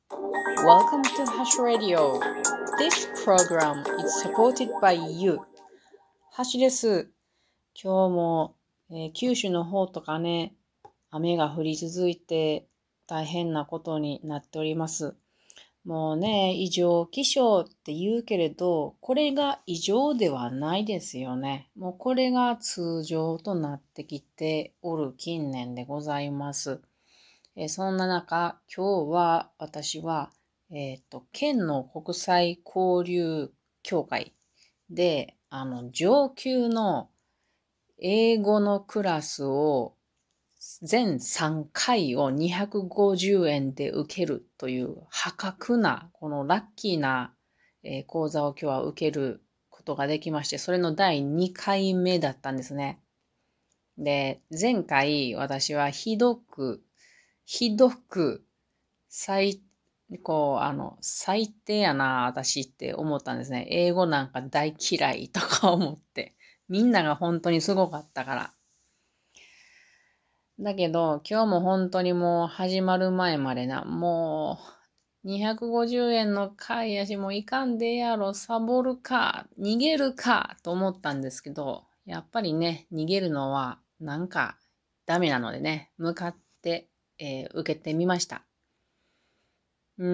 Welcome to Hash Radio. This program is supported by you. ハシです。今日も、九州の方とかね、雨が降り続いて大変なことになっております。もうね、異常気象って言うけれど、これが異常ではないですよね。もうこれが通常となってきておる近年でございます。そんな中、今日は私は、県の国際交流協会で、上級の英語のクラスを全3回を250円で受けるという破格な、このラッキーな、講座を今日は受けることができまして、それの第2回目だったんですね。で、前回私はひどく、最、最低やな、私って思ったんですね。英語なんか大嫌いとか思って。みんなが本当にすごかったから。だけど、今日も本当にもう始まる前までな、もう、250円の買いやし、もういかんでやろ、サボるか、逃げるか、と思ったんですけど、やっぱりね、逃げるのはなんかダメなのでね、向かって、受けてみました。うん。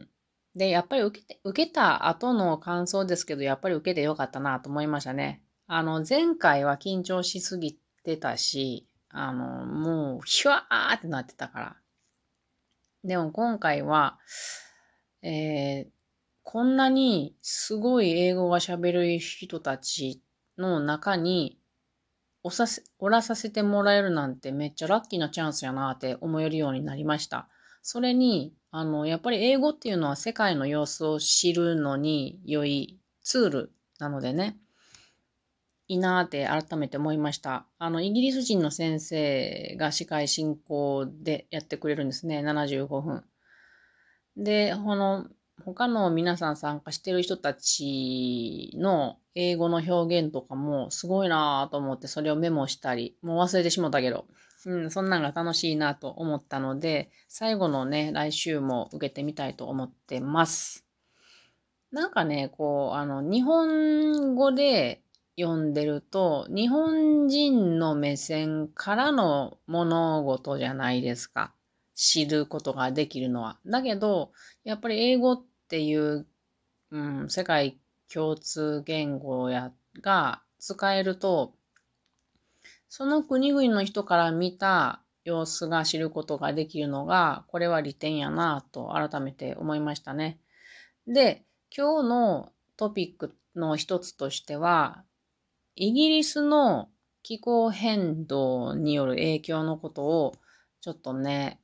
で、やっぱり受けた後の感想ですけど、やっぱり受けてよかったなと思いましたね。前回は緊張しすぎてたし、もう、ヒュワーってなってたから。でも今回は、えーこんなにすごい英語が喋る人たちの中におらさせてもらえるなんてめっちゃラッキーなチャンスやなって思えるようになりました。それに、やっぱり英語っていうのは世界の様子を知るのに良いツールなのでね、いいなーって改めて思いました。イギリス人の先生が司会進行でやってくれるんですね、75分。で、他の皆さん参加してる人たちの英語の表現とかもすごいなぁと思ってそれをメモしたり、もう忘れてしもたけど、そんなんが楽しいなと思ったので、最後のね、来週も受けてみたいと思ってます。なんかね、日本語で読んでると、日本人の目線からの物事じゃないですか。知ることができるのは。だけど、やっぱり英語っていう、世界共通言語が使えると、その国々の人から見た様子が知ることができるのが、これは利点やなと改めて思いましたね。で、今日のトピックの一つとしては、イギリスの気候変動による影響のことを、ちょっとね、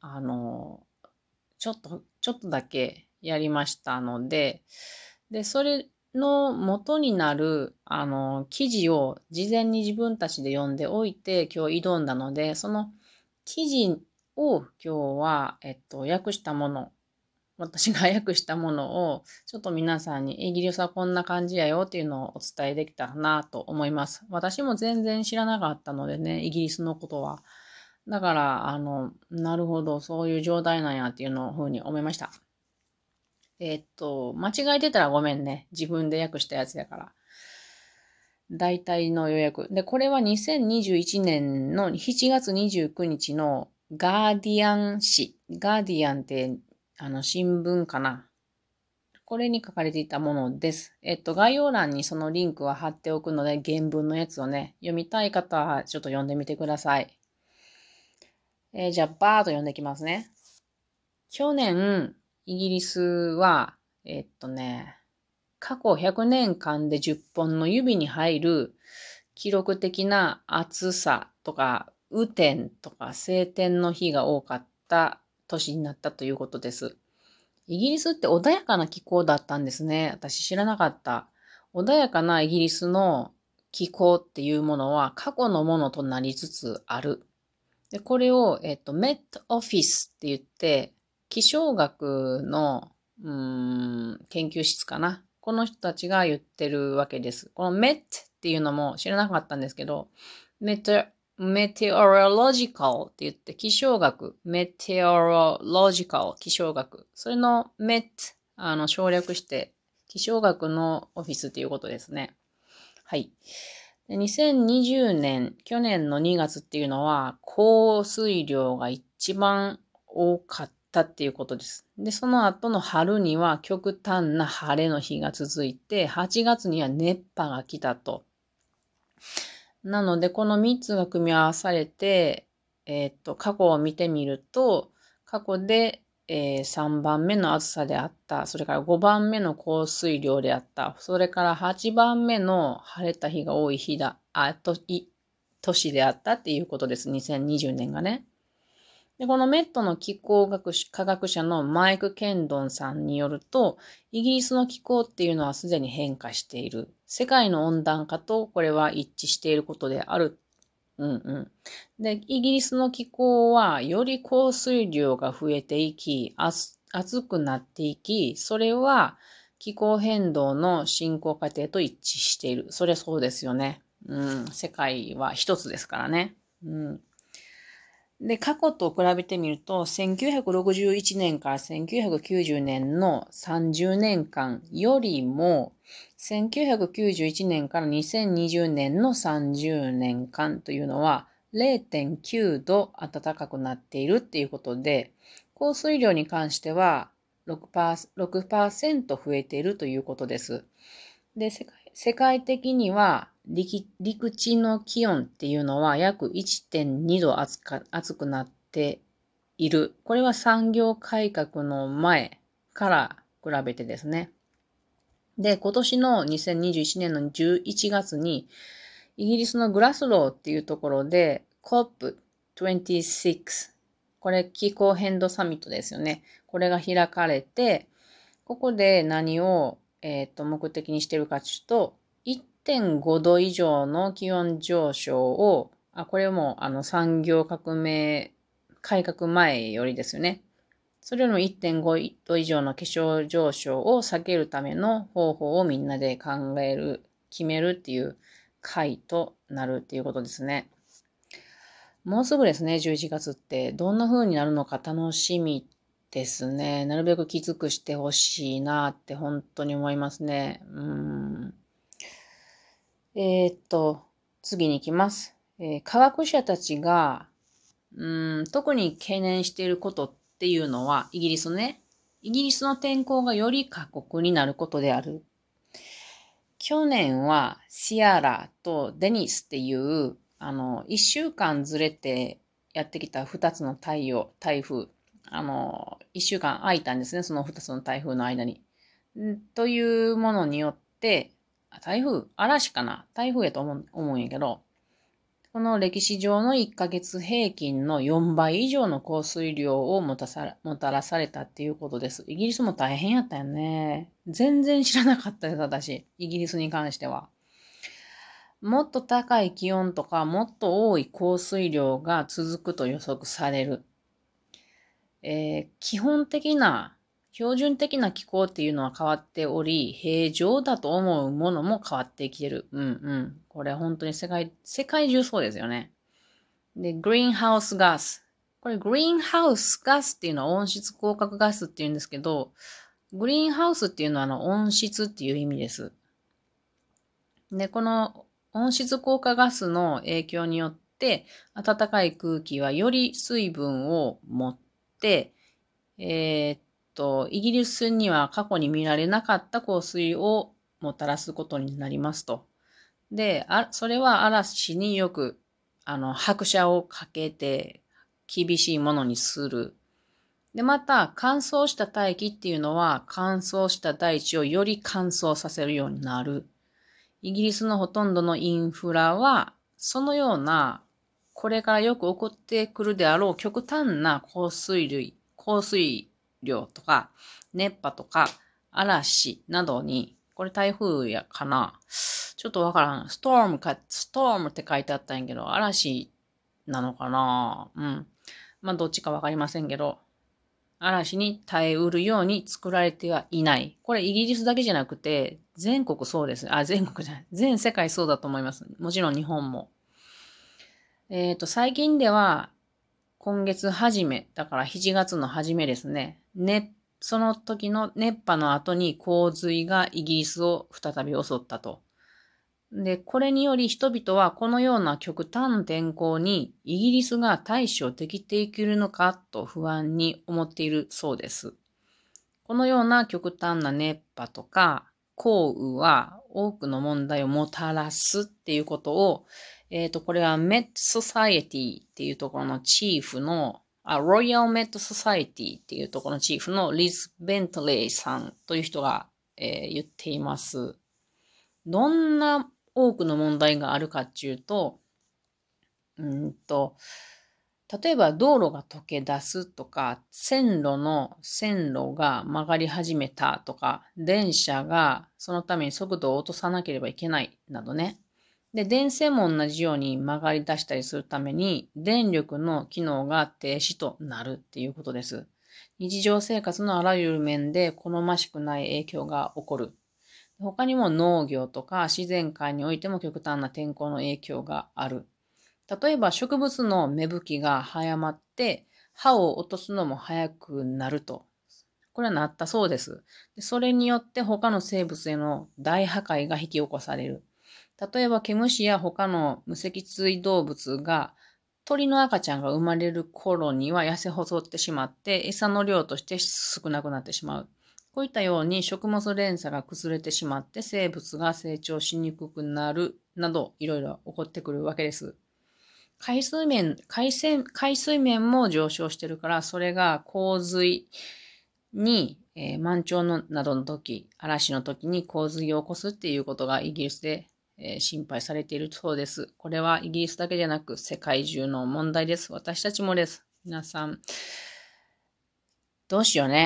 ちょっとだけやりましたので、で、それの元になる、記事を事前に自分たちで読んでおいて、今日挑んだので、その記事を今日は、訳したもの、私が訳したものを、ちょっと皆さんにイギリスはこんな感じやよっていうのをお伝えできたらなと思います。私も全然知らなかったのでね、イギリスのことは。だから、なるほど、そういう状態なんやっていうのをふうに思いました。間違えてたらごめんね。自分で訳したやつやから。大体の予約。で、これは2021年の7月29日のガーディアン紙。ガーディアンって、新聞かな。これに書かれていたものです。概要欄にそのリンクは貼っておくので、原文のやつをね、読みたい方はちょっと読んでみてください。じゃあ、バーっと読んでいきますね。去年、イギリスは、過去100年間で10本の指に入る記録的な暑さとか、雨天とか晴天の日が多かった年になったということです。イギリスって穏やかな気候だったんですね。私知らなかった。穏やかなイギリスの気候っていうものは過去のものとなりつつある。で、これを、メットオフィスって言って、気象学の、研究室かな。この人たちが言ってるわけです。このメットっていうのも知らなかったんですけど、メット、 meteorological って言って気象学、meteorological 気象学。それの met、省略して気象学のオフィスっていうことですね。はい。で2020年、去年の2月っていうのは、降水量が一番多かったっていうことです。で、その後の春には極端な晴れの日が続いて、8月には熱波が来たと。なので、この3つが組み合わされて、過去を見てみると、過去で、3番目の暑さであった、それから5番目の降水量であった、それから8番目の晴れた日が多い日だ、年であったっていうことです。2020年がね。で、このメットの気候科学者のマイク・ケンドンさんによると、イギリスの気候っていうのはすでに変化している。世界の温暖化とこれは一致していることである。で、イギリスの気候はより降水量が増えていき、暑くなっていき、それは気候変動の進行過程と一致している。それそうですよね。世界は一つですからね。で、過去と比べてみると、1961年から1990年の30年間よりも、1991年から2020年の30年間というのは、0.9度暖かくなっているっていうことで、降水量に関しては6%増えているということです。で、世界的には陸地の気温っていうのは約 1.2 度暑くなっている。これは産業改革の前から比べてですね。で、今年の2021年の11月にイギリスのグラスローっていうところで COP26、これ気候変動サミットですよね。これが開かれて、ここで何を目的にしているかというと、1.5 度以上の気温上昇を、これも産業革命改革前よりですよね。それよりも1.5度以上の気象上昇を避けるための方法をみんなで決めるっていう会となるっていうことですね。もうすぐですね、11月って。どんな風になるのか楽しみですね。なるべくきつくしてほしいなって本当に思いますね。次に行きます。科学者たちが、特に懸念していることっていうのは、イギリスの天候がより過酷になることである。去年はシアラとデニスっていう、1週間ずれてやってきた2つの台風。1週間空いたんですね、その2つの台風の間に。というものによって、嵐かな台風やと思うんやけど、この歴史上の1ヶ月平均の4倍以上の降水量をもたらされたっていうことです。イギリスも大変やったよね。全然知らなかったです、私。イギリスに関しては。もっと高い気温とか、もっと多い降水量が続くと予測される。標準的な気候っていうのは変わっており、平常だと思うものも変わってきてる。これ本当に世界中そうですよね。で、グリーンハウスガス。これグリーンハウスガスっていうのは温室効果ガスっていうんですけど、グリーンハウスっていうのは温室っていう意味です。で、この温室効果ガスの影響によって、暖かい空気はより水分を持って、イギリスには過去に見られなかった降水をもたらすことになりますと。で、それは嵐によく、拍車をかけて厳しいものにする。で、また、乾燥した大気っていうのは、乾燥した大地をより乾燥させるようになる。イギリスのほとんどのインフラは、そのような、これからよく起こってくるであろう極端な降水量とか、熱波とか、嵐などに、これ台風やかなちょっとわからん。ストームって書いてあったんやけど、嵐なのかなまあ、どっちかわかりませんけど、嵐に耐えうるように作られてはいない。これイギリスだけじゃなくて、全国そうです。全国じゃない。全世界そうだと思います。もちろん日本も。 最近では、今月初め、だから7月の初めですね。その時の熱波の後に洪水がイギリスを再び襲ったと。で、これにより人々はこのような極端な天候にイギリスが対処できていけるのかと不安に思っているそうです。このような極端な熱波とか降雨は多くの問題をもたらすっていうことを、これはメットソサイエティっていうところのチーフの、ロイヤルメットソサイエティっていうところのチーフのリズ・ベントレイさんという人が、言っています。どんな多くの問題があるかっていうと、例えば道路が溶け出すとか、線路が曲がり始めたとか、電車がそのために速度を落とさなければいけないなどね。で、電線も同じように曲がり出したりするために、電力の機能が停止となるっていうことです。日常生活のあらゆる面で好ましくない影響が起こる。他にも農業とか自然界においても極端な天候の影響がある。例えば植物の芽吹きが早まって葉を落とすのも早くなると。これはなったそうです。それによって他の生物への大破壊が引き起こされる。例えば毛虫や他の無脊椎動物が鳥の赤ちゃんが生まれる頃には痩せ細ってしまって餌の量として少なくなってしまう。こういったように食物連鎖が崩れてしまって生物が成長しにくくなるなどいろいろ起こってくるわけです。海水面も上昇してるから、それが洪水に、満潮のなどの時、嵐の時に洪水を起こすっていうことがイギリスで、心配されているそうです。これはイギリスだけじゃなく世界中の問題です。私たちもです。皆さん、どうしようね。